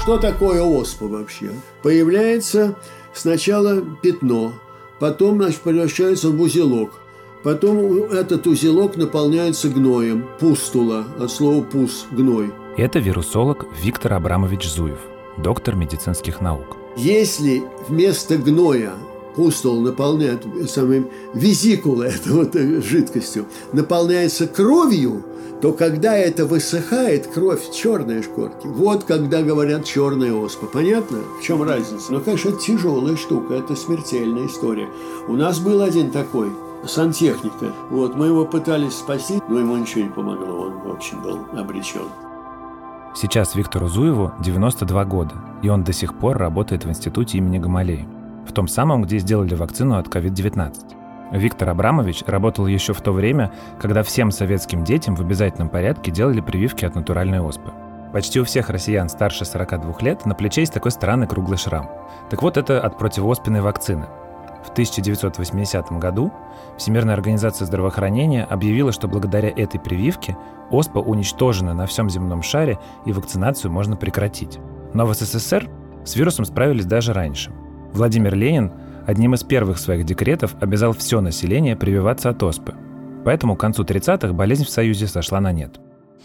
что такое оспа вообще? Появляется сначала пятно, потом, значит, превращается в узелок. Потом этот узелок наполняется гноем. Пустула, от слова «пус» – гной. Это вирусолог Виктор Абрамович Зуев, доктор медицинских наук. Если вместо гноя пустул наполняет визикула, это вот жидкостью, наполняется кровью, то когда это высыхает, кровь черные шкорки. Вот когда говорят черная оспа. Понятно? В чем разница? Ну, конечно, это тяжелая штука, это смертельная история. У нас был один такой сантехника. Вот, мы его пытались спасти, но ему ничего не помогло. Он, в общем, был обречен. Сейчас Виктору Зуеву 92 года, и он до сих пор работает в институте имени Гамалеи, в том самом, где сделали вакцину от COVID-19. Виктор Абрамович работал еще в то время, когда всем советским детям в обязательном порядке делали прививки от натуральной оспы. Почти у всех россиян старше 42 лет на плече есть такой странный круглый шрам. Так вот, это от противооспенной вакцины. В 1980 году Всемирная организация здравоохранения объявила, что благодаря этой прививке оспа уничтожена на всем земном шаре и вакцинацию можно прекратить. Но в СССР с вирусом справились даже раньше. Владимир Ленин одним из первых своих декретов обязал все население прививаться от оспы. Поэтому к концу 30-х болезнь в Союзе сошла на нет.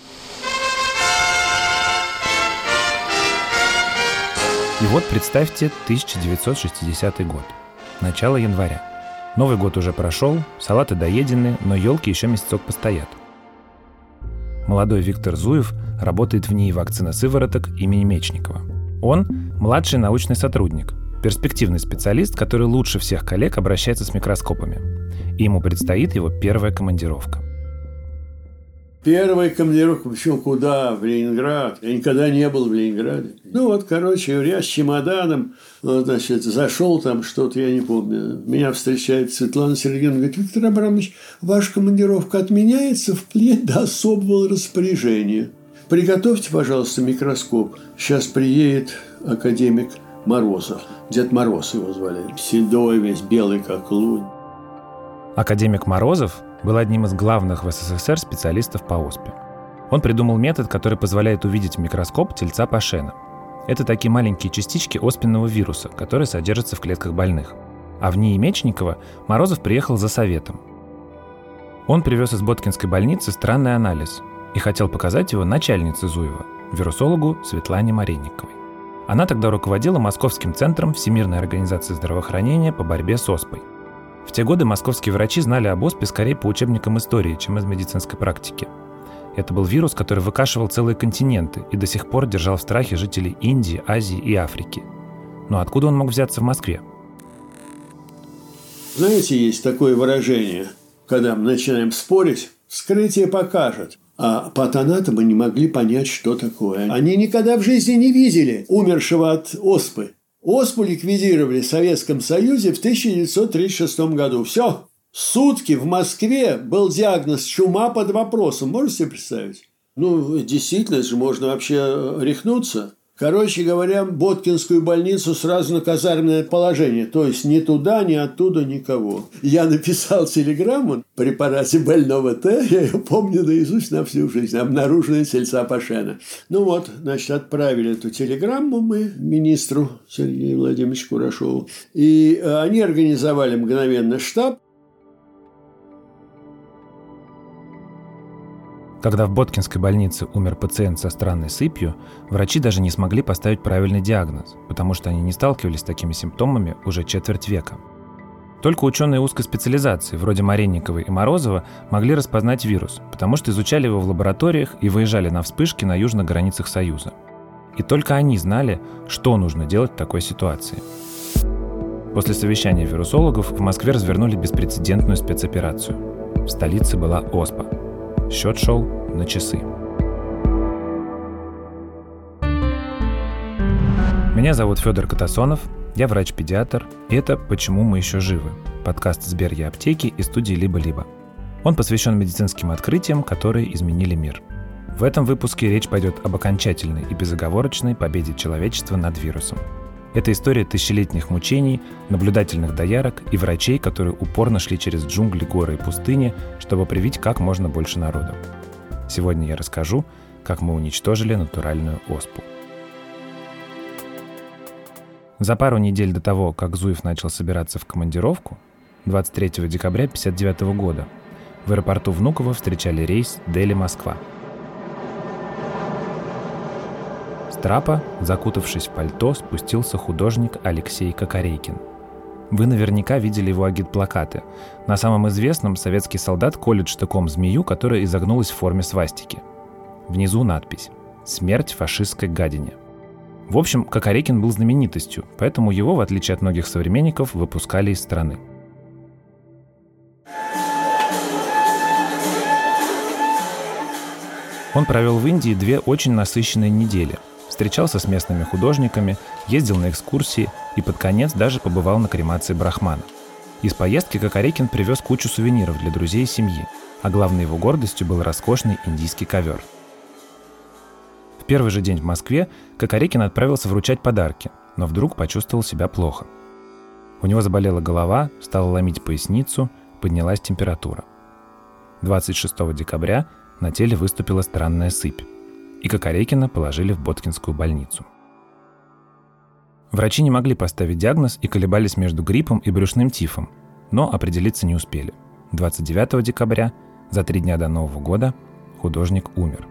И вот представьте 1960 год. Начало января. Новый год уже прошел, салаты доедены, но елки еще месяцок постоят. Молодой Виктор Зуев работает в НИИ вакцина-сывороток имени Мечникова. Он – младший научный сотрудник, перспективный специалист, который лучше всех коллег обращается с микроскопами. И ему предстоит его первая командировка. Первая командировка, причем куда? В Ленинград. Я никогда не был в Ленинграде. Ну вот, короче, я с чемоданом, значит, зашел там что-то, я не помню. Меня встречает Светлана Сергеевна, говорит: Виктор Абрамович, ваша командировка отменяется вплоть до особого распоряжения. Приготовьте, пожалуйста, микроскоп. Сейчас приедет академик Морозов. Дед Мороз его звали. Седой весь, белый как лунь. Академик Морозов был одним из главных в СССР специалистов по оспе. Он придумал метод, который позволяет увидеть в микроскоп тельца Пашена. Это такие маленькие частички оспенного вируса, которые содержатся в клетках больных. А в НИИ Мечникова Морозов приехал за советом. Он привез из Боткинской больницы странный анализ и хотел показать его начальнице Зуева, вирусологу Светлане Маренниковой. Она тогда руководила Московским центром Всемирной организации здравоохранения по борьбе с оспой. В те годы московские врачи знали об оспе скорее по учебникам истории, чем из медицинской практики. Это был вирус, который выкашивал целые континенты и до сих пор держал в страхе жителей Индии, Азии и Африки. Но откуда он мог взяться в Москве? Знаете, есть такое выражение, когда мы начинаем спорить, вскрытие покажет. А патанатомы не могли понять, что такое. Они никогда в жизни не видели умершего от оспы. Оспу ликвидировали в Советском Союзе в 1936 году. Все. Сутки в Москве был диагноз чума под вопросом. Можете себе представить? Ну, действительно, же можно вообще рехнуться. Короче говоря, Боткинскую больницу сразу на казарменное положение. То есть ни туда, ни оттуда никого. Я написал телеграмму при препарате больного Т. Я ее помню наизусть на всю жизнь. Обнаруженные тельца Пашена. Ну вот, значит, отправили эту телеграмму мы министру Сергею Владимировичу Курашову. И они организовали мгновенно штаб. Когда в Боткинской больнице умер пациент со странной сыпью, врачи даже не смогли поставить правильный диагноз, потому что они не сталкивались с такими симптомами уже четверть века. Только ученые узкой специализации, вроде Маренниковой и Морозова, могли распознать вирус, потому что изучали его в лабораториях и выезжали на вспышки на южных границах Союза. И только они знали, что нужно делать в такой ситуации. После совещания вирусологов в Москве развернули беспрецедентную спецоперацию. В столице была оспа. Счет шел на часы. Меня зовут Федор Катасонов, я врач-педиатр, и это «Почему мы еще живы?» подкаст Сбер Аптеки и студии «Либо-либо». Он посвящен медицинским открытиям, которые изменили мир. В этом выпуске речь пойдет об окончательной и безоговорочной победе человечества над вирусом. Это история тысячелетних мучений, наблюдательных доярок и врачей, которые упорно шли через джунгли, горы и пустыни, чтобы привить как можно больше народу. Сегодня я расскажу, как мы уничтожили натуральную оспу. За пару недель до того, как Зуев начал собираться в командировку, 23 декабря 1959 года, в аэропорту Внуково встречали рейс Дели-Москва. С трапа, закутавшись в пальто, спустился художник Алексей Кокорейкин. Вы наверняка видели его агитплакаты. На самом известном советский солдат колет штыком змею, которая изогнулась в форме свастики. Внизу надпись «Смерть фашистской гадине». В общем, Кокорейкин был знаменитостью, поэтому его, в отличие от многих современников, выпускали из страны. Он провел в Индии 2 очень насыщенные недели. Встречался с местными художниками, ездил на экскурсии и под конец даже побывал на кремации Брахмана. Из поездки Кокорейкин привез кучу сувениров для друзей и семьи, а главной его гордостью был роскошный индийский ковер. В первый же день в Москве Кокорейкин отправился вручать подарки, но вдруг почувствовал себя плохо. У него заболела голова, стала ломить поясницу, поднялась температура. 26 декабря на теле выступила странная сыпь, и Кокорейкина положили в Боткинскую больницу. Врачи не могли поставить диагноз и колебались между гриппом и брюшным тифом, но определиться не успели. 29 декабря, за 3 дня до Нового года, художник умер.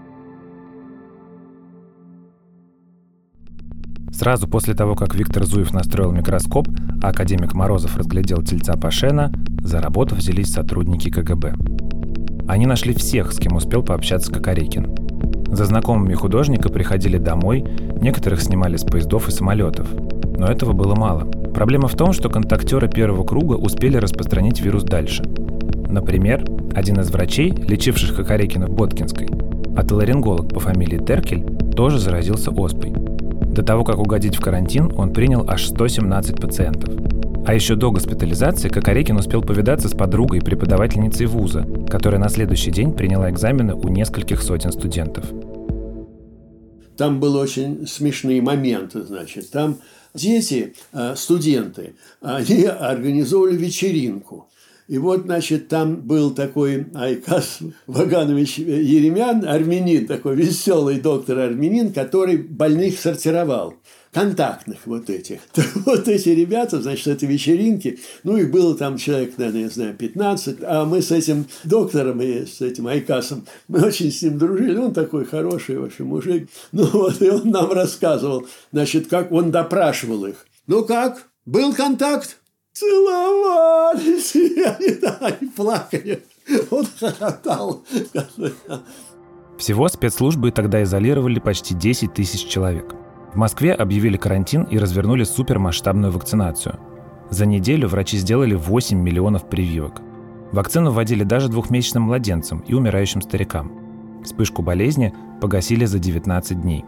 Сразу после того, как Виктор Зуев настроил микроскоп, а академик Морозов разглядел тельца Пашена, за работу взялись сотрудники КГБ. Они нашли всех, с кем успел пообщаться Кокорейкин. За знакомыми художника приходили домой, некоторых снимали с поездов и самолетов. Но этого было мало. Проблема в том, что контактеры первого круга успели распространить вирус дальше. Например, один из врачей, лечивших Кокорейкина в Боткинской, отоларинголог по фамилии Теркель, тоже заразился оспой. До того, как угодить в карантин, он принял аж 117 пациентов. А еще до госпитализации Кокорейкин успел повидаться с подругой, преподавательницей вуза, которая на следующий день приняла экзамены у нескольких сотен студентов. Там были очень смешные моменты, значит. Там дети, студенты, они организовывали вечеринку. И вот, значит, там был такой Айкас Ваганович Еремян, армянин, такой веселый доктор армянин, который больных сортировал. Контактных вот этих. Вот эти ребята, значит, этой вечеринки, ну, их было там человек, наверное, я знаю, 15, а мы с этим доктором и с этим Айкасом, мы очень с ним дружили, он такой хороший, в общем, мужик. Ну, вот, и он нам рассказывал, значит, как он допрашивал их. Ну, как? Был контакт? Целовались, и они плакали. Он хохотал. Всего спецслужбы тогда изолировали почти 10 тысяч человек. В Москве объявили карантин и развернули супермасштабную вакцинацию. За неделю врачи сделали 8 миллионов прививок. Вакцину вводили даже 2-месячным младенцам и умирающим старикам. Вспышку болезни погасили за 19 дней.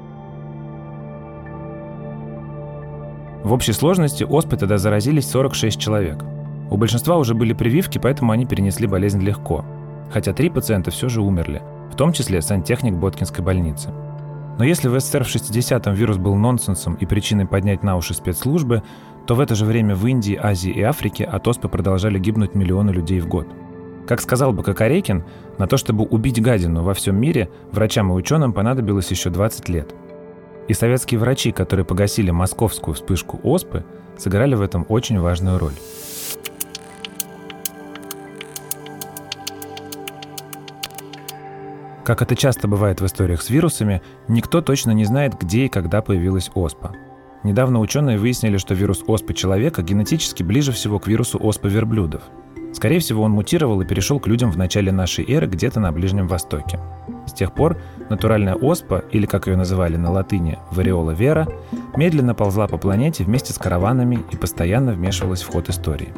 В общей сложности оспой тогда заразились 46 человек. У большинства уже были прививки, поэтому они перенесли болезнь легко. Хотя 3 пациента все же умерли, в том числе сантехник Боткинской больницы. Но если в СССР в 60-м вирус был нонсенсом и причиной поднять на уши спецслужбы, то в это же время в Индии, Азии и Африке от оспы продолжали гибнуть миллионы людей в год. Как сказал бы Кокорейкин, на то, чтобы убить гадину во всем мире, врачам и ученым понадобилось еще 20 лет. И советские врачи, которые погасили московскую вспышку оспы, сыграли в этом очень важную роль. Как это часто бывает в историях с вирусами, никто точно не знает, где и когда появилась оспа. Недавно ученые выяснили, что вирус оспы человека генетически ближе всего к вирусу оспы верблюдов. Скорее всего, он мутировал и перешел к людям в начале нашей эры где-то на Ближнем Востоке. С тех пор натуральная оспа, или как ее называли на латыни вариола вера, медленно ползла по планете вместе с караванами и постоянно вмешивалась в ход истории.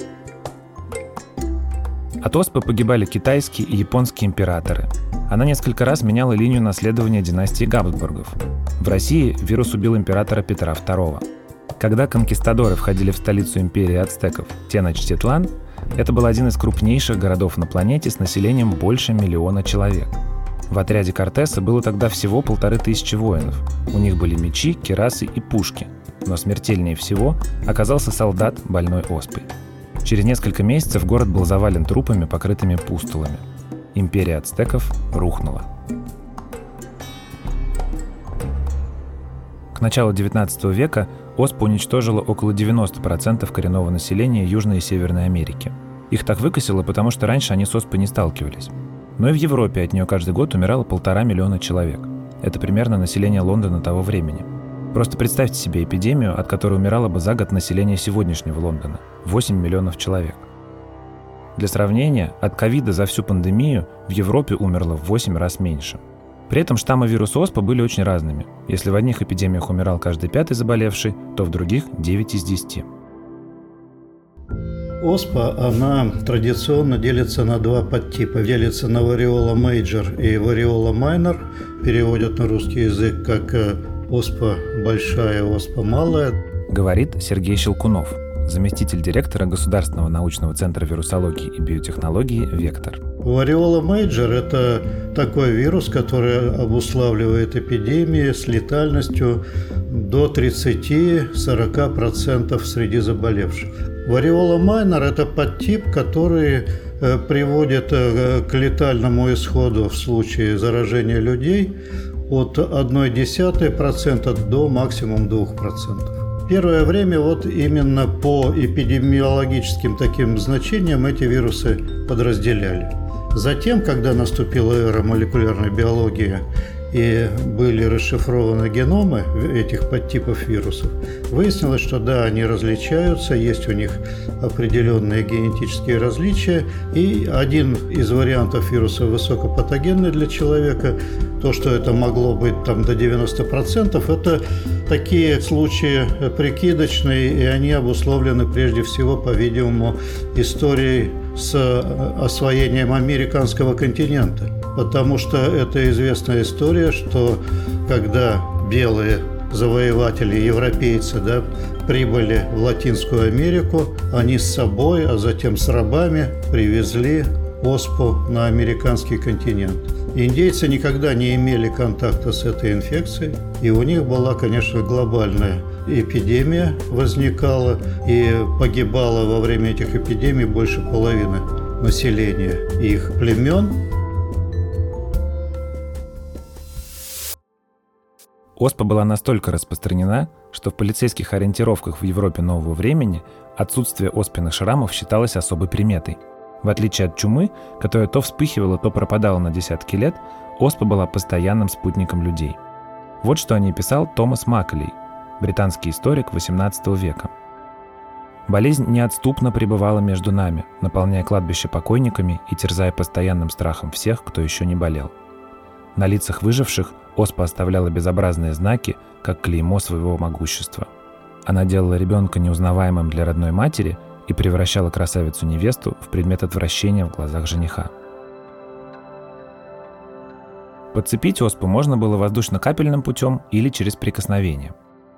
От оспы погибали китайские и японские императоры. Она несколько раз меняла линию наследования династии Габсбургов. В России вирус убил императора Петра II. Когда конкистадоры входили в столицу империи ацтеков Теночтитлан, это был один из крупнейших городов на планете с населением больше 1 миллиона человек. В отряде Кортеса было тогда всего 1500 воинов. У них были мечи, кирасы и пушки. Но смертельнее всего оказался солдат, больной оспой. Через несколько месяцев город был завален трупами, покрытыми пустулами. Империя ацтеков рухнула. К началу XIX века оспа уничтожила около 90% коренного населения Южной и Северной Америки. Их так выкосило, потому что раньше они с оспой не сталкивались. Но и в Европе от нее каждый год умирало 1,5 миллиона человек. Это примерно население Лондона того времени. Просто представьте себе эпидемию, от которой умирало бы за год население сегодняшнего Лондона – 8 миллионов человек. Для сравнения, от ковида за всю пандемию в Европе умерло в 8 раз меньше. При этом штаммы вируса оспы были очень разными. Если в одних эпидемиях умирал каждый 5-й заболевший, то в других – 9 из 10. Оспа, она традиционно делится на два подтипа. Делится на вариола мейджор и вариола майнор. Переводят на русский язык как оспа большая, оспа малая. Говорит Сергей Щелкунов, заместитель директора Государственного научного центра вирусологии и биотехнологии «Вектор». Вариола мейджор – это такой вирус, который обуславливает эпидемии с летальностью до 30-40% среди заболевших. Вариола майнор – это подтип, который приводит к летальному исходу в случае заражения людей от 0,1% до максимум 2%. Первое время вот именно по эпидемиологическим таким значениям эти вирусы подразделяли. Затем, когда наступила эра молекулярной биологии и были расшифрованы геномы этих подтипов вирусов, выяснилось, что да, они различаются, есть у них определенные генетические различия, и один из вариантов вируса высокопатогенный для человека, то, что это могло быть там до 90%, это такие случаи прикидочные, и они обусловлены прежде всего, по-видимому, историей с освоением американского континента. Потому что это известная история, что когда белые завоеватели, европейцы, прибыли в Латинскую Америку, они с собой, а затем с рабами привезли оспу на американский континент. Индейцы никогда не имели контакта с этой инфекцией, и у них была, конечно, глобальная эпидемия возникала, и погибало во время этих эпидемий больше половины населения их племен. Оспа была настолько распространена, что в полицейских ориентировках в Европе нового времени отсутствие оспенных шрамов считалось особой приметой. В отличие от чумы, которая то вспыхивала, то пропадала на десятки лет, оспа была постоянным спутником людей. Вот что о ней писал Томас Макколей, британский историк XVIII века. Болезнь неотступно пребывала между нами, наполняя кладбище покойниками и терзая постоянным страхом всех, кто еще не болел. На лицах выживших оспа оставляла безобразные знаки, как клеймо своего могущества. Она делала ребенка неузнаваемым для родной матери и превращала красавицу-невесту в предмет отвращения в глазах жениха. Подцепить оспу можно было воздушно-капельным путем или через прикосновение.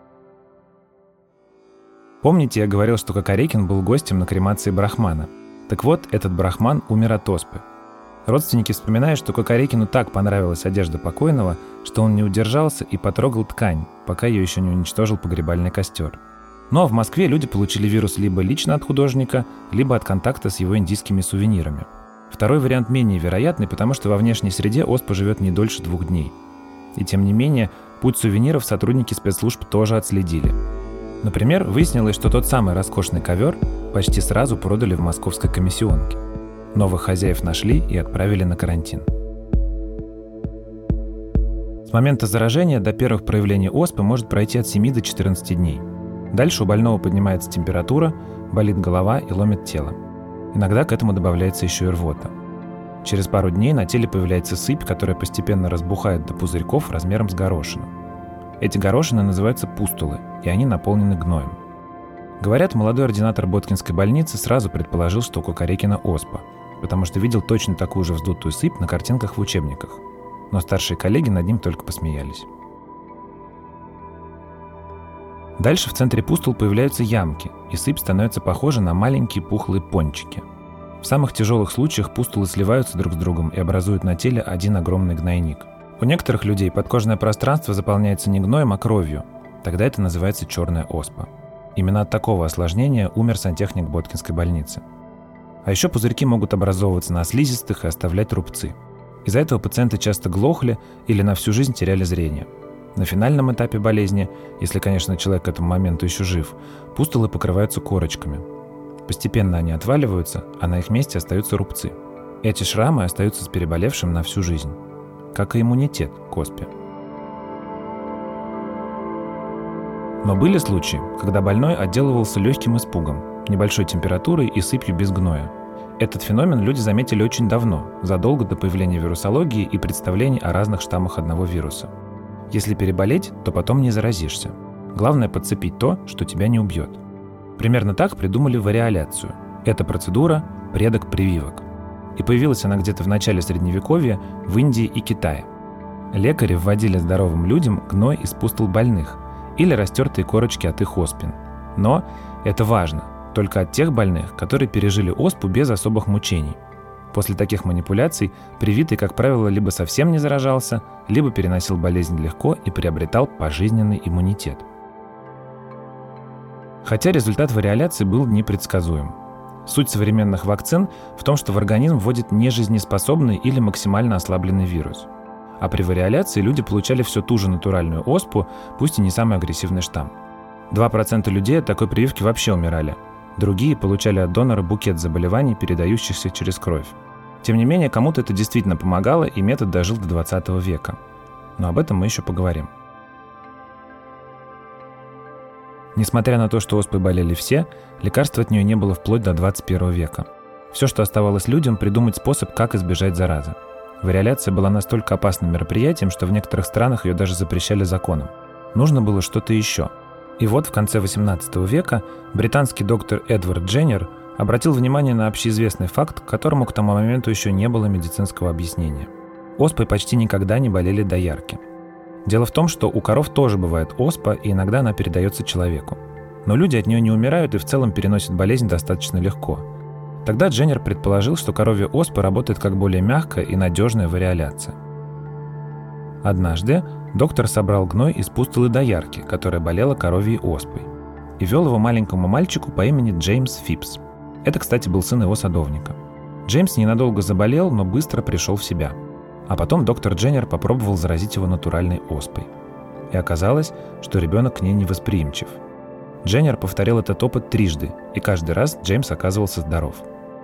Помните, я говорил, что Кокорекин был гостем на кремации брахмана? Так вот, этот брахман умер от оспы. Родственники вспоминают, что Кокорекину так понравилась одежда покойного, что он не удержался и потрогал ткань, пока ее еще не уничтожил погребальный костер. Ну а в Москве люди получили вирус либо лично от художника, либо от контакта с его индийскими сувенирами. Второй вариант менее вероятный, потому что во внешней среде оспа живет не дольше 2 дней. И тем не менее, путь сувениров сотрудники спецслужб тоже отследили. Например, выяснилось, что тот самый роскошный ковер почти сразу продали в московской комиссионке. Новых хозяев нашли и отправили на карантин. С момента заражения до первых проявлений оспы может пройти от 7 до 14 дней. Дальше у больного поднимается температура, болит голова и ломит тело. Иногда к этому добавляется еще и рвота. Через пару дней на теле появляется сыпь, которая постепенно разбухает до пузырьков размером с горошину. Эти горошины называются пустулы, и они наполнены гноем. Говорят, молодой ординатор Боткинской больницы сразу предположил, что у Кокорекина оспа, потому что видел точно такую же вздутую сыпь на картинках в учебниках. Но старшие коллеги над ним только посмеялись. Дальше в центре пустул появляются ямки, и сыпь становится похожа на маленькие пухлые пончики. В самых тяжелых случаях пустулы сливаются друг с другом и образуют на теле один огромный гнойник. У некоторых людей подкожное пространство заполняется не гноем, а кровью. Тогда это называется черная оспа. Именно от такого осложнения умер сантехник Боткинской больницы. А еще пузырьки могут образовываться на слизистых и оставлять рубцы. Из-за этого пациенты часто глохли или на всю жизнь теряли зрение. На финальном этапе болезни, если, конечно, человек к этому моменту еще жив, пустулы покрываются корочками. Постепенно они отваливаются, а на их месте остаются рубцы. Эти шрамы остаются с переболевшим на всю жизнь. Как и иммунитет к оспе. Но были случаи, когда больной отделывался легким испугом, небольшой температурой и сыпью без гноя. Этот феномен люди заметили очень давно, задолго до появления вирусологии и представлений о разных штаммах одного вируса. Если переболеть, то потом не заразишься. Главное подцепить то, что тебя не убьет. Примерно так придумали вариоляцию. Эта процедура – предок прививок. И появилась она где-то в начале Средневековья в Индии и Китае. Лекари вводили здоровым людям гной из пустул больных или растертые корочки от их оспин. Но, это важно, только от тех больных, которые пережили оспу без особых мучений. После таких манипуляций привитый, как правило, либо совсем не заражался, либо переносил болезнь легко и приобретал пожизненный иммунитет. Хотя результат вариоляции был непредсказуем. Суть современных вакцин в том, что в организм вводят нежизнеспособный или максимально ослабленный вирус. А при вариоляции люди получали все ту же натуральную оспу, пусть и не самый агрессивный штамм. 2% людей от такой прививки вообще умирали. Другие получали от донора букет заболеваний, передающихся через кровь. Тем не менее, кому-то это действительно помогало, и метод дожил до 20 века. Но об этом мы еще поговорим. Несмотря на то, что оспой болели все, лекарств от нее не было вплоть до 21 века. Все, что оставалось людям, придумать способ, как избежать заразы. Вариоляция была настолько опасным мероприятием, что в некоторых странах ее даже запрещали законом. Нужно было что-то еще. И вот в конце 18 века британский доктор Эдвард Дженнер обратил внимание на общеизвестный факт, которому к тому моменту еще не было медицинского объяснения. Оспой почти никогда не болели доярки. Дело в том, что у коров тоже бывает оспа, и иногда она передается человеку. Но люди от нее не умирают и в целом переносят болезнь достаточно легко. Тогда Дженнер предположил, что коровья оспа работает как более мягкая и надежная вариоляция. Однажды доктор собрал гной из пустулы доярки, которая болела коровьей оспой, и вел его маленькому мальчику по имени Джеймс Фипс. Это, кстати, был сын его садовника. Джеймс ненадолго заболел, но быстро пришел в себя. А потом доктор Дженнер попробовал заразить его натуральной оспой. И оказалось, что ребенок к ней невосприимчив. Дженнер повторил этот опыт трижды, и каждый раз Джеймс оказывался здоров.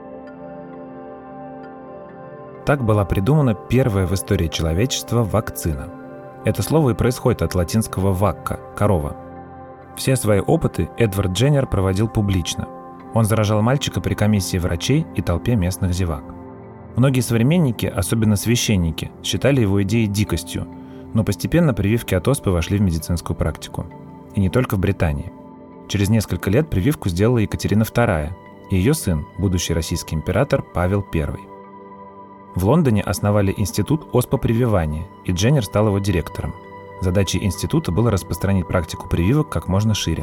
Так была придумана первая в истории человечества вакцина. Это слово и происходит от латинского «вакка» – «корова». Все свои опыты Эдвард Дженнер проводил публично. Он заражал мальчика при комиссии врачей и толпе местных зевак. Многие современники, особенно священники, считали его идеей дикостью, но постепенно прививки от оспы вошли в медицинскую практику. И не только в Британии. Через несколько лет прививку сделала Екатерина II и ее сын, будущий российский император Павел I. В Лондоне основали институт оспопрививания, и Дженнер стал его директором. Задачей института было распространить практику прививок как можно шире.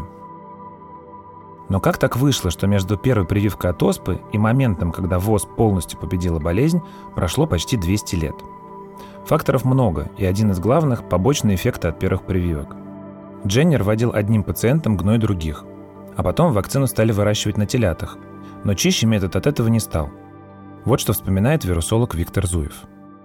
Но как так вышло, что между первой прививкой от оспы и моментом, когда ВОС полностью победила болезнь, прошло почти 200 лет? Факторов много, и один из главных – побочные эффекты от первых прививок. Дженнер вводил одним пациентам гной других, а потом вакцину стали выращивать на телятах, но чище метод от этого не стал. Вот что вспоминает вирусолог Виктор Зуев.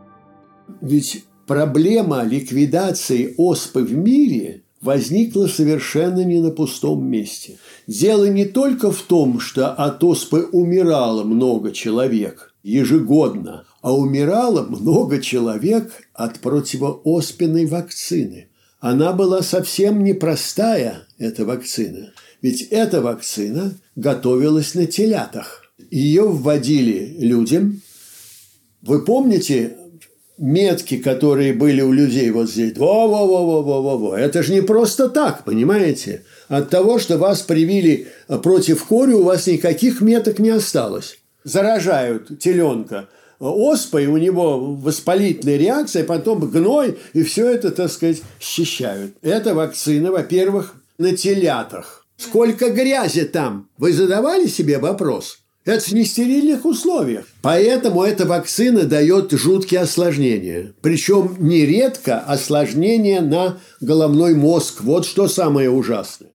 Ведь проблема ликвидации оспы в мире возникла совершенно не на пустом месте. Дело не только в том, что от оспы умирало много человек ежегодно, а умирало много человек от противооспенной вакцины. Она была совсем непростая, эта вакцина. Ведь эта вакцина готовилась на телятах. Ее вводили людям. Вы помните метки, которые были у людей вот здесь? Во-во-во-во-во-во. Это же не просто так, понимаете? От того, что вас привили против кори, у вас никаких меток не осталось. Заражают теленка оспой, у него воспалительная реакция, потом гной, и все это, так сказать, счищают. Это вакцина, во-первых, на телятах. Сколько грязи там? Вы задавали себе вопрос? Это в нестерильных условиях. Поэтому эта вакцина дает жуткие осложнения. Причем нередко осложнения на головной мозг. Вот что самое ужасное.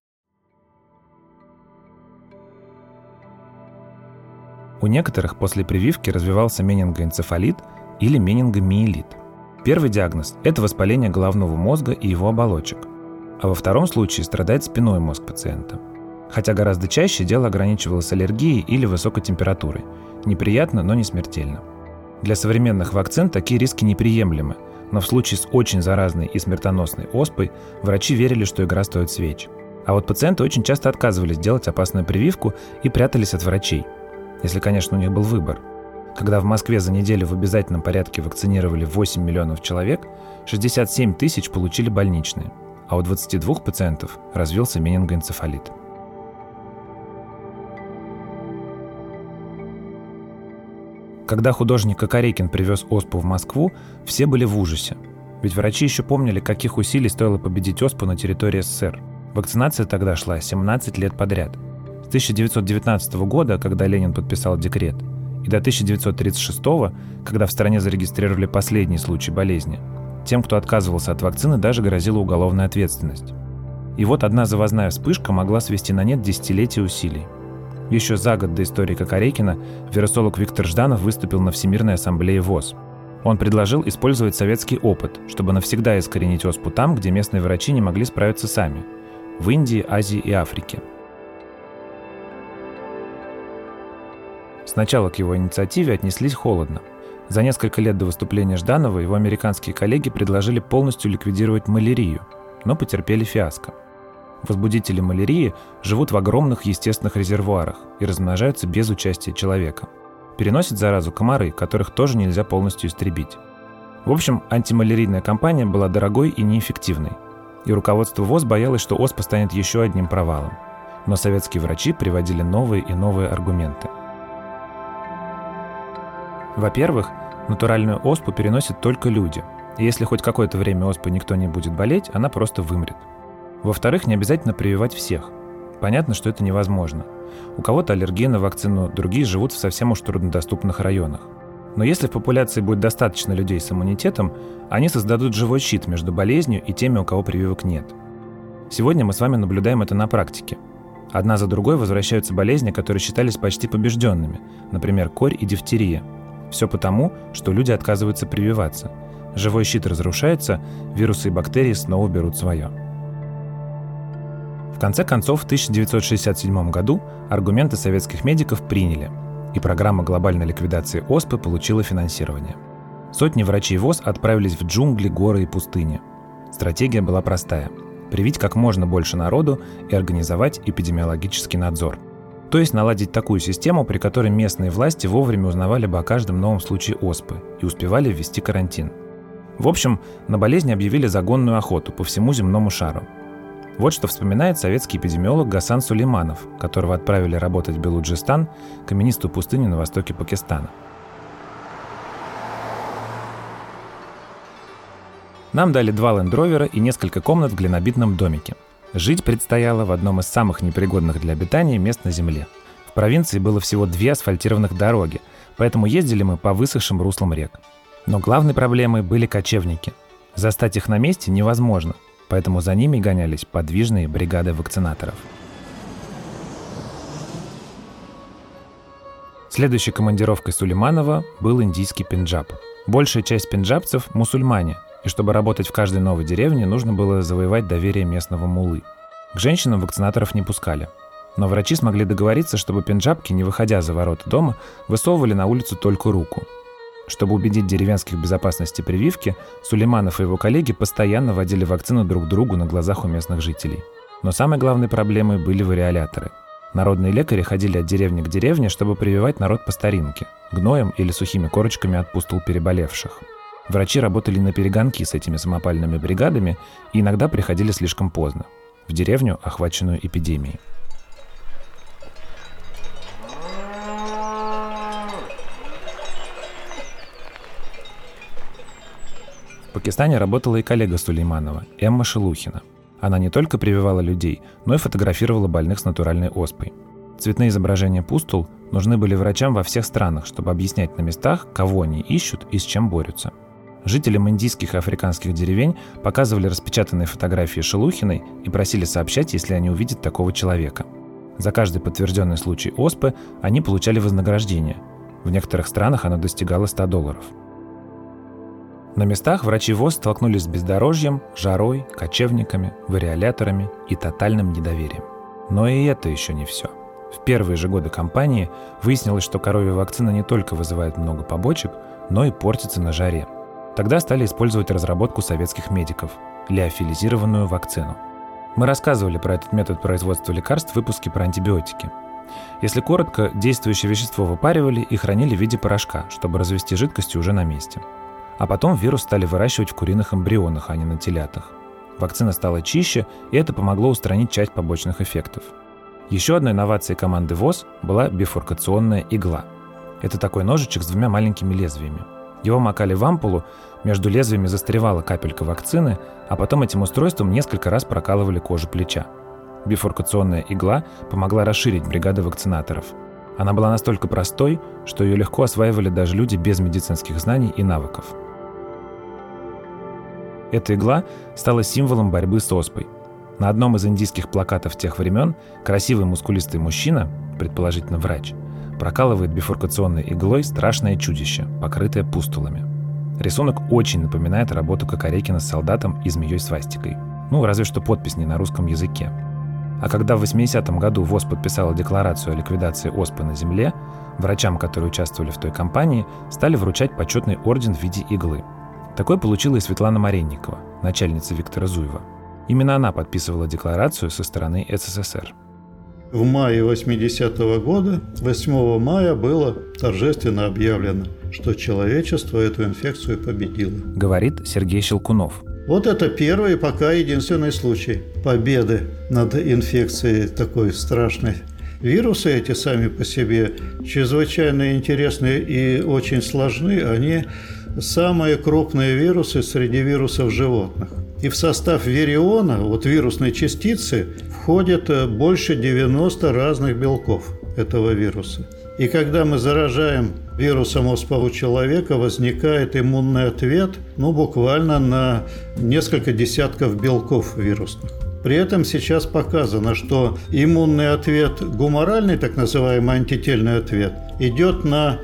У некоторых после прививки развивался менингоэнцефалит или менингомиелит. Первый диагноз – это воспаление головного мозга и его оболочек. А во втором случае страдает спинной мозг пациента. Хотя гораздо чаще дело ограничивалось аллергией или высокой температурой. Неприятно, но не смертельно. Для современных вакцин такие риски неприемлемы, но в случае с очень заразной и смертоносной оспой врачи верили, что игра стоит свеч. А вот пациенты очень часто отказывались делать опасную прививку и прятались от врачей. Если, конечно, у них был выбор. Когда в Москве за неделю в обязательном порядке вакцинировали 8 миллионов человек, 67 тысяч получили больничные, а у 22 пациентов развился менингоэнцефалит. Когда художник Кокорекин привез оспу в Москву, все были в ужасе. Ведь врачи еще помнили, каких усилий стоило победить оспу на территории СССР. Вакцинация тогда шла 17 лет подряд. С 1919 года, когда Ленин подписал декрет, и до 1936, когда в стране зарегистрировали последний случай болезни, тем, кто отказывался от вакцины, даже грозила уголовная ответственность. И вот одна завозная вспышка могла свести на нет десятилетия усилий. Еще за год до истории Кокорекина вирусолог Виктор Жданов выступил на Всемирной ассамблее ВОЗ. Он предложил использовать советский опыт, чтобы навсегда искоренить оспу там, где местные врачи не могли справиться сами – в Индии, Азии и Африке. Сначала к его инициативе отнеслись холодно. За несколько лет до выступления Жданова его американские коллеги предложили полностью ликвидировать малярию, но потерпели фиаско. Возбудители малярии живут в огромных естественных резервуарах и размножаются без участия человека. Переносят заразу комары, которых тоже нельзя полностью истребить. В общем, антималярийная кампания была дорогой и неэффективной. И руководство ВОЗ боялось, что оспа станет еще одним провалом. Но советские врачи приводили новые и новые аргументы. Во-первых, натуральную оспу переносят только люди. И если хоть какое-то время оспой никто не будет болеть, она просто вымрет. Во-вторых, не обязательно прививать всех. Понятно, что это невозможно. У кого-то аллергия на вакцину, другие живут в совсем уж труднодоступных районах. Но если в популяции будет достаточно людей с иммунитетом, они создадут живой щит между болезнью и теми, у кого прививок нет. Сегодня мы с вами наблюдаем это на практике. Одна за другой возвращаются болезни, которые считались почти побежденными, например, корь и дифтерия. Все потому, что люди отказываются прививаться. Живой щит разрушается, вирусы и бактерии снова берут свое. В конце концов, в 1967 году аргументы советских медиков приняли, и программа глобальной ликвидации оспы получила финансирование. Сотни врачей ВОЗ отправились в джунгли, горы и пустыни. Стратегия была простая – привить как можно больше народу и организовать эпидемиологический надзор. То есть наладить такую систему, при которой местные власти вовремя узнавали бы о каждом новом случае оспы и успевали ввести карантин. В общем, на болезнь объявили загонную охоту по всему земному шару. Вот что вспоминает советский эпидемиолог Гасан Сулейманов, которого отправили работать в Белуджистан, каменистую пустыню на востоке Пакистана. Нам дали 2 лендровера и несколько комнат в глинобитном домике. Жить предстояло в одном из самых непригодных для обитания мест на Земле. В провинции было всего 2 асфальтированных дороги, поэтому ездили мы по высохшим руслам рек. Но главной проблемой были кочевники. Застать их на месте невозможно, поэтому за ними гонялись подвижные бригады вакцинаторов. Следующей командировкой Сулейманова был индийский Пенджаб. Большая часть пенджабцев – мусульмане, и чтобы работать в каждой новой деревне, нужно было завоевать доверие местного муллы. К женщинам вакцинаторов не пускали. Но врачи смогли договориться, чтобы пенджабки, не выходя за ворота дома, высовывали на улицу только руку. Чтобы убедить деревенских в безопасности прививки, Сулейманов и его коллеги постоянно вводили вакцину друг другу на глазах у местных жителей. Но самой главной проблемой были вариоляторы. Народные лекари ходили от деревни к деревне, чтобы прививать народ по старинке, гноем или сухими корочками от пустул переболевших. Врачи работали наперегонки с этими самопальными бригадами и иногда приходили слишком поздно, в деревню, охваченную эпидемией. В Пакистане работала и коллега Сулейманова, Эмма Шелухина. Она не только прививала людей, но и фотографировала больных с натуральной оспой. Цветные изображения пустул нужны были врачам во всех странах, чтобы объяснять на местах, кого они ищут и с чем борются. Жителям индийских и африканских деревень показывали распечатанные фотографии Шелухиной и просили сообщать, если они увидят такого человека. За каждый подтвержденный случай оспы они получали вознаграждение. В некоторых странах оно достигало $100. На местах врачи ВОЗ столкнулись с бездорожьем, жарой, кочевниками, вариоляторами и тотальным недоверием. Но и это еще не все. В первые же годы кампании выяснилось, что коровья вакцина не только вызывает много побочек, но и портится на жаре. Тогда стали использовать разработку советских медиков – лиофилизированную вакцину. Мы рассказывали про этот метод производства лекарств в выпуске про антибиотики. Если коротко, действующее вещество выпаривали и хранили в виде порошка, чтобы развести жидкостью уже на месте. А потом вирус стали выращивать в куриных эмбрионах, а не на телятах. Вакцина стала чище, и это помогло устранить часть побочных эффектов. Еще одной инновацией команды ВОЗ была бифуркационная игла. Это такой ножичек с двумя маленькими лезвиями. Его макали в ампулу, между лезвиями застревала капелька вакцины, а потом этим устройством несколько раз прокалывали кожу плеча. Бифуркационная игла помогла расширить бригады вакцинаторов. Она была настолько простой, что ее легко осваивали даже люди без медицинских знаний и навыков. Эта игла стала символом борьбы с оспой. На одном из индийских плакатов тех времен красивый мускулистый мужчина, предположительно врач, прокалывает бифуркационной иглой страшное чудище, покрытое пустулами. Рисунок очень напоминает работу Кокорекина с солдатом и змеей-свастикой. Разве что подпись не на русском языке. А когда в 80-м году ВОЗ подписала декларацию о ликвидации оспы на Земле, врачам, которые участвовали в той кампании, стали вручать почетный орден в виде иглы. Такой получила и Светлана Маренникова, начальница Виктора Зуева. Именно она подписывала декларацию со стороны СССР. В мае 80-го года, 8 мая, было торжественно объявлено, что человечество эту инфекцию победило. Говорит Сергей Щелкунов. Вот это первый и пока единственный случай победы над инфекцией такой страшной. Вирусы эти сами по себе чрезвычайно интересны и очень сложны. Они самые крупные вирусы среди вирусов животных. И в состав вириона, вирусной частицы, входит больше 90 разных белков этого вируса. И когда мы заражаем вирусом оспа у человека, возникает иммунный ответ, буквально на несколько десятков белков вирусных. При этом сейчас показано, что иммунный ответ, гуморальный, так называемый антительный ответ, идет на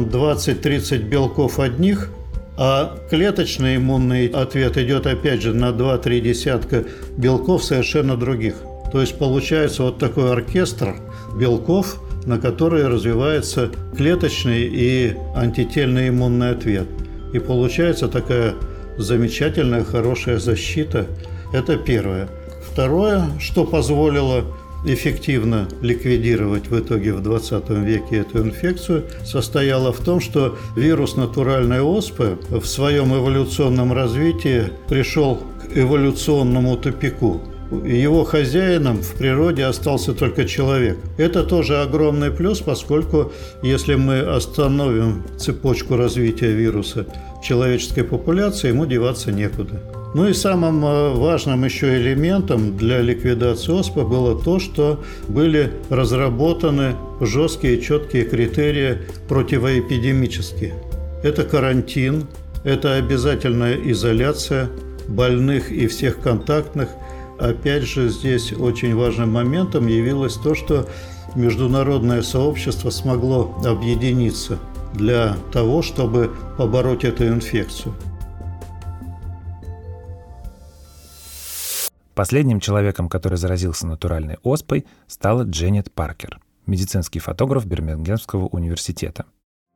20-30 белков одних, а клеточный иммунный ответ идет опять же на 2-3 десятка белков совершенно других. То есть получается такой оркестр белков, на которые развивается клеточный и антительный иммунный ответ. И получается такая замечательная, хорошая защита. Это первое. Второе, что позволило эффективно ликвидировать в итоге в 20 веке эту инфекцию, состояло в том, что вирус натуральной оспы в своем эволюционном развитии пришел к эволюционному тупику. Его хозяином в природе остался только человек. Это тоже огромный плюс, поскольку если мы остановим цепочку развития вируса в человеческой популяции, ему деваться некуда. И самым важным еще элементом для ликвидации оспы было то, что были разработаны жесткие, четкие критерии противоэпидемические. Это карантин, это обязательная изоляция больных и всех контактных. Опять же, здесь очень важным моментом явилось то, что международное сообщество смогло объединиться для того, чтобы побороть эту инфекцию. Последним человеком, который заразился натуральной оспой, стала Дженнет Паркер, медицинский фотограф Бирмингемского университета.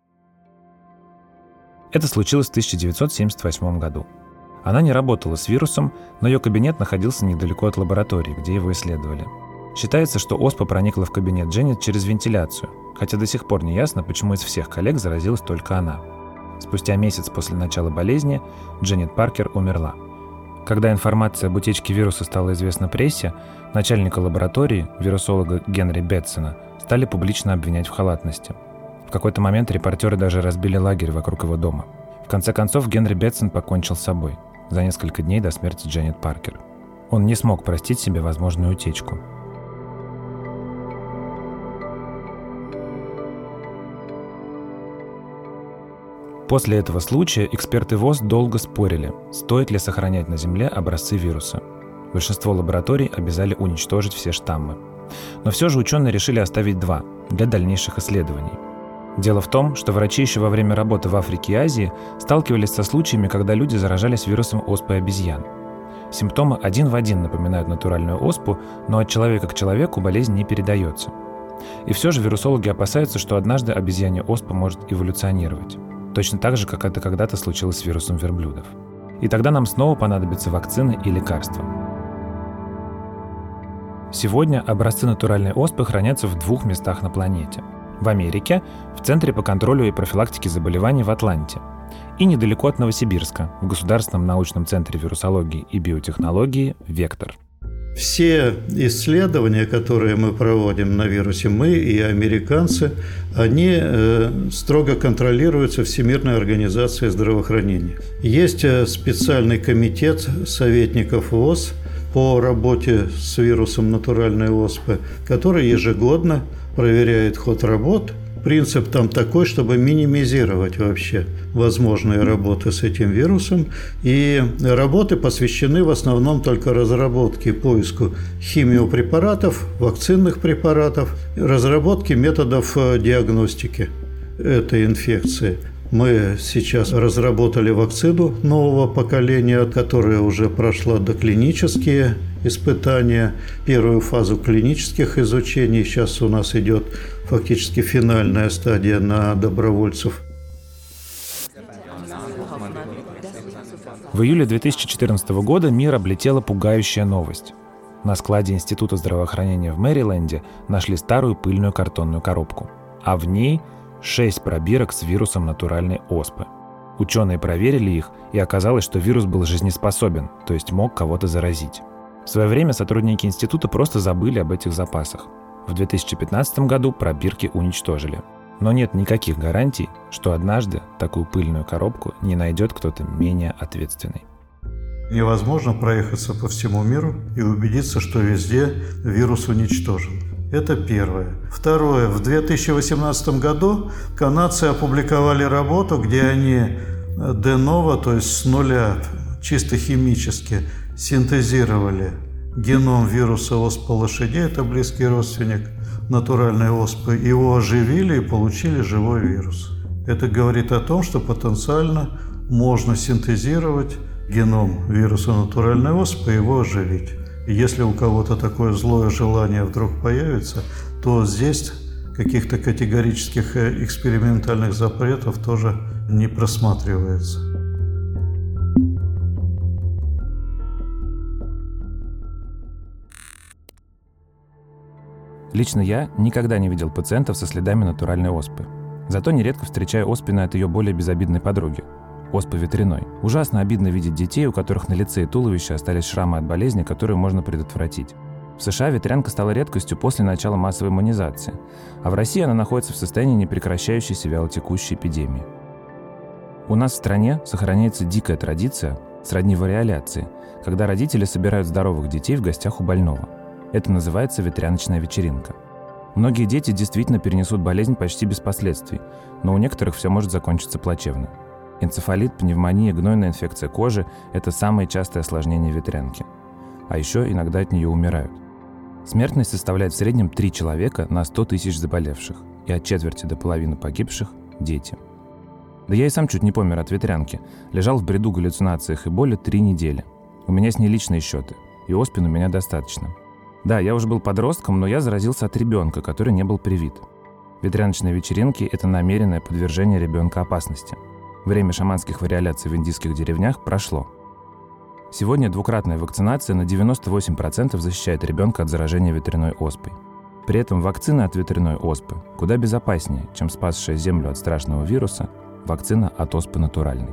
Это случилось в 1978 году. Она не работала с вирусом, но ее кабинет находился недалеко от лаборатории, где его исследовали. Считается, что оспа проникла в кабинет Дженнет через вентиляцию, хотя до сих пор не ясно, почему из всех коллег заразилась только она. Спустя месяц после начала болезни Дженнет Паркер умерла. Когда информация об утечке вируса стала известна прессе, начальника лаборатории, вирусолога Генри Бетсона, стали публично обвинять в халатности. В какой-то момент репортеры даже разбили лагерь вокруг его дома. В конце концов, Генри Бетсон покончил с собой за несколько дней до смерти Дженнет Паркер. Он не смог простить себе возможную утечку. После этого случая эксперты ВОЗ долго спорили, стоит ли сохранять на Земле образцы вируса. Большинство лабораторий обязали уничтожить все штаммы. Но все же ученые решили оставить 2 для дальнейших исследований. Дело в том, что врачи еще во время работы в Африке и Азии сталкивались со случаями, когда люди заражались вирусом оспы обезьян. Симптомы один в один напоминают натуральную оспу, но от человека к человеку болезнь не передается. И все же вирусологи опасаются, что однажды обезьянья оспа может эволюционировать. Точно так же, как это когда-то случилось с вирусом верблюдов. И тогда нам снова понадобятся вакцины и лекарства. Сегодня образцы натуральной оспы хранятся в 2 местах на планете. В Америке, в Центре по контролю и профилактике заболеваний в Атланте, и недалеко от Новосибирска, в Государственном научном центре вирусологии и биотехнологии «Вектор». Все исследования, которые мы проводим на вирусе, мы и американцы, они строго контролируются Всемирной организацией здравоохранения. Есть специальный комитет советников ВОЗ по работе с вирусом натуральной оспы, который ежегодно проверяет ход работ. Принцип там такой, чтобы минимизировать вообще возможные работы с этим вирусом. И работы посвящены в основном только разработке и поиску химиопрепаратов, вакцинных препаратов, разработке методов диагностики этой инфекции. Мы сейчас разработали вакцину нового поколения, которая уже прошла доклинические испытания, первую фазу клинических изучений. Сейчас у нас идет фактически финальная стадия на добровольцев. В июле 2014 года мир облетела пугающая новость. На складе Института здравоохранения в Мэриленде нашли старую пыльную картонную коробку, а в ней 6 пробирок с вирусом натуральной оспы. Ученые проверили их, и оказалось, что вирус был жизнеспособен, то есть мог кого-то заразить. В свое время сотрудники института просто забыли об этих запасах. В 2015 году пробирки уничтожили. Но нет никаких гарантий, что однажды такую пыльную коробку не найдет кто-то менее ответственный. Невозможно проехаться по всему миру и убедиться, что везде вирус уничтожен. Это первое. Второе. В 2018 году канадцы опубликовали работу, где они де-ново, то есть с нуля, чисто химически, синтезировали геном вируса оспы лошадей, это близкий родственник натуральной оспы, его оживили и получили живой вирус. Это говорит о том, что потенциально можно синтезировать геном вируса натуральной оспы и его оживить. И если у кого-то такое злое желание вдруг появится, то здесь каких-то категорических экспериментальных запретов тоже не просматривается. Лично я никогда не видел пациентов со следами натуральной оспы. Зато нередко встречаю оспину от ее более безобидной подруги – оспы ветряной. Ужасно обидно видеть детей, у которых на лице и туловище остались шрамы от болезни, которую можно предотвратить. В США ветрянка стала редкостью после начала массовой иммунизации, а в России она находится в состоянии непрекращающейся вялотекущей эпидемии. У нас в стране сохраняется дикая традиция, сродни вариоляции, когда родители собирают здоровых детей в гостях у больного. Это называется ветряночная вечеринка. Многие дети действительно перенесут болезнь почти без последствий, но у некоторых все может закончиться плачевно. Энцефалит, пневмония, гнойная инфекция кожи – это самые частые осложнения ветрянки. А еще иногда от нее умирают. Смертность составляет в среднем 3 человека на 100 тысяч заболевших, и от четверти до половины погибших – дети. Да я и сам чуть не помер от ветрянки. Лежал в бреду, галлюцинациях и боли 3 недели. У меня с ней личные счеты, и оспин у меня достаточно. Да, я уже был подростком, но я заразился от ребенка, который не был привит. Ветряночные вечеринки – это намеренное подвержение ребенка опасности. Время шаманских вариоляций в индийских деревнях прошло. Сегодня двукратная вакцинация на 98% защищает ребенка от заражения ветряной оспой. При этом вакцина от ветряной оспы куда безопаснее, чем спасшая Землю от страшного вируса вакцина от оспы натуральной.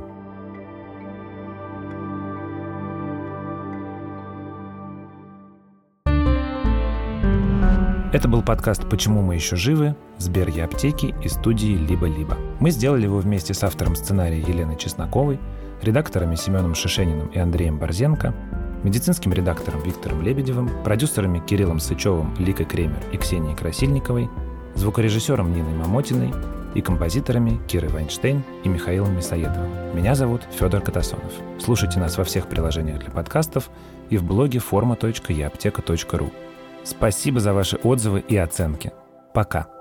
Это был подкаст «Почему мы еще живы» Сберья аптеки и студии «Либо-либо». Мы сделали его вместе с автором сценария Еленой Чесноковой, редакторами Семеном Шишениным и Андреем Борзенко, медицинским редактором Виктором Лебедевым, продюсерами Кириллом Сычевым, Ликой Кремер и Ксенией Красильниковой, звукорежиссером Ниной Мамотиной и композиторами Кирой Вайнштейн и Михаилом Мясоедовым. Меня зовут Федор Катасонов. Слушайте нас во всех приложениях для подкастов и в блоге forma.eapteka.ru. Спасибо за ваши отзывы и оценки. Пока.